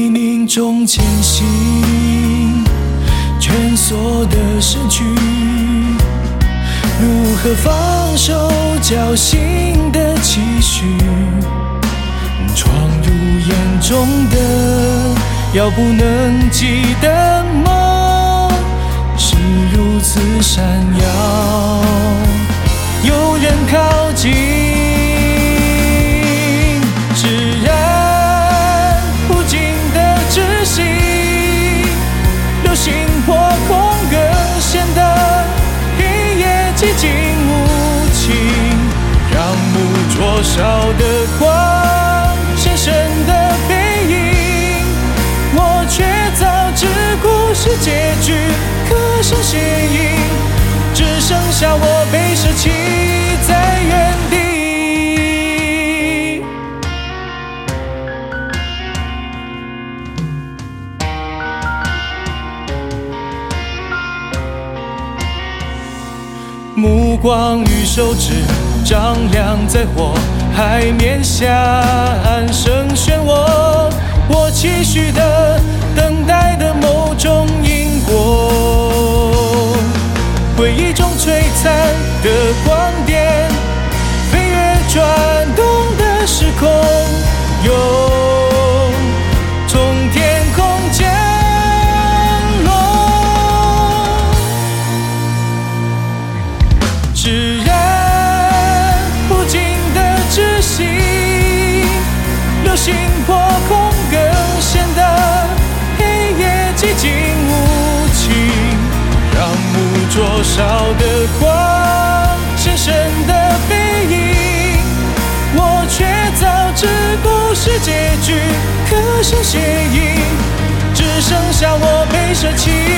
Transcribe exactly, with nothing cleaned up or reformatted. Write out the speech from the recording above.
命中前行，蜷缩的身躯，如何放手侥幸的期许？闯入眼中的，要不能及的梦，是如此闪耀。有人靠近，释然不尽的窒息，流星破空更显得黑夜寂静无情，让目灼烧的光，先生的背影，我却早知故事结局，可剩血影，只剩下我被舍弃在原地。目光与手指丈量在火海面下，暗生漩涡，我期许的等待的某种因果，回忆中璀璨的光点，飞跃转动的时空，又从天空降落，释然不尽的窒息，流星破空更显得黑夜寂静无情，让目灼烧的光，先生的背影，我却早知故事结局，可剩血影，只剩下我被舍弃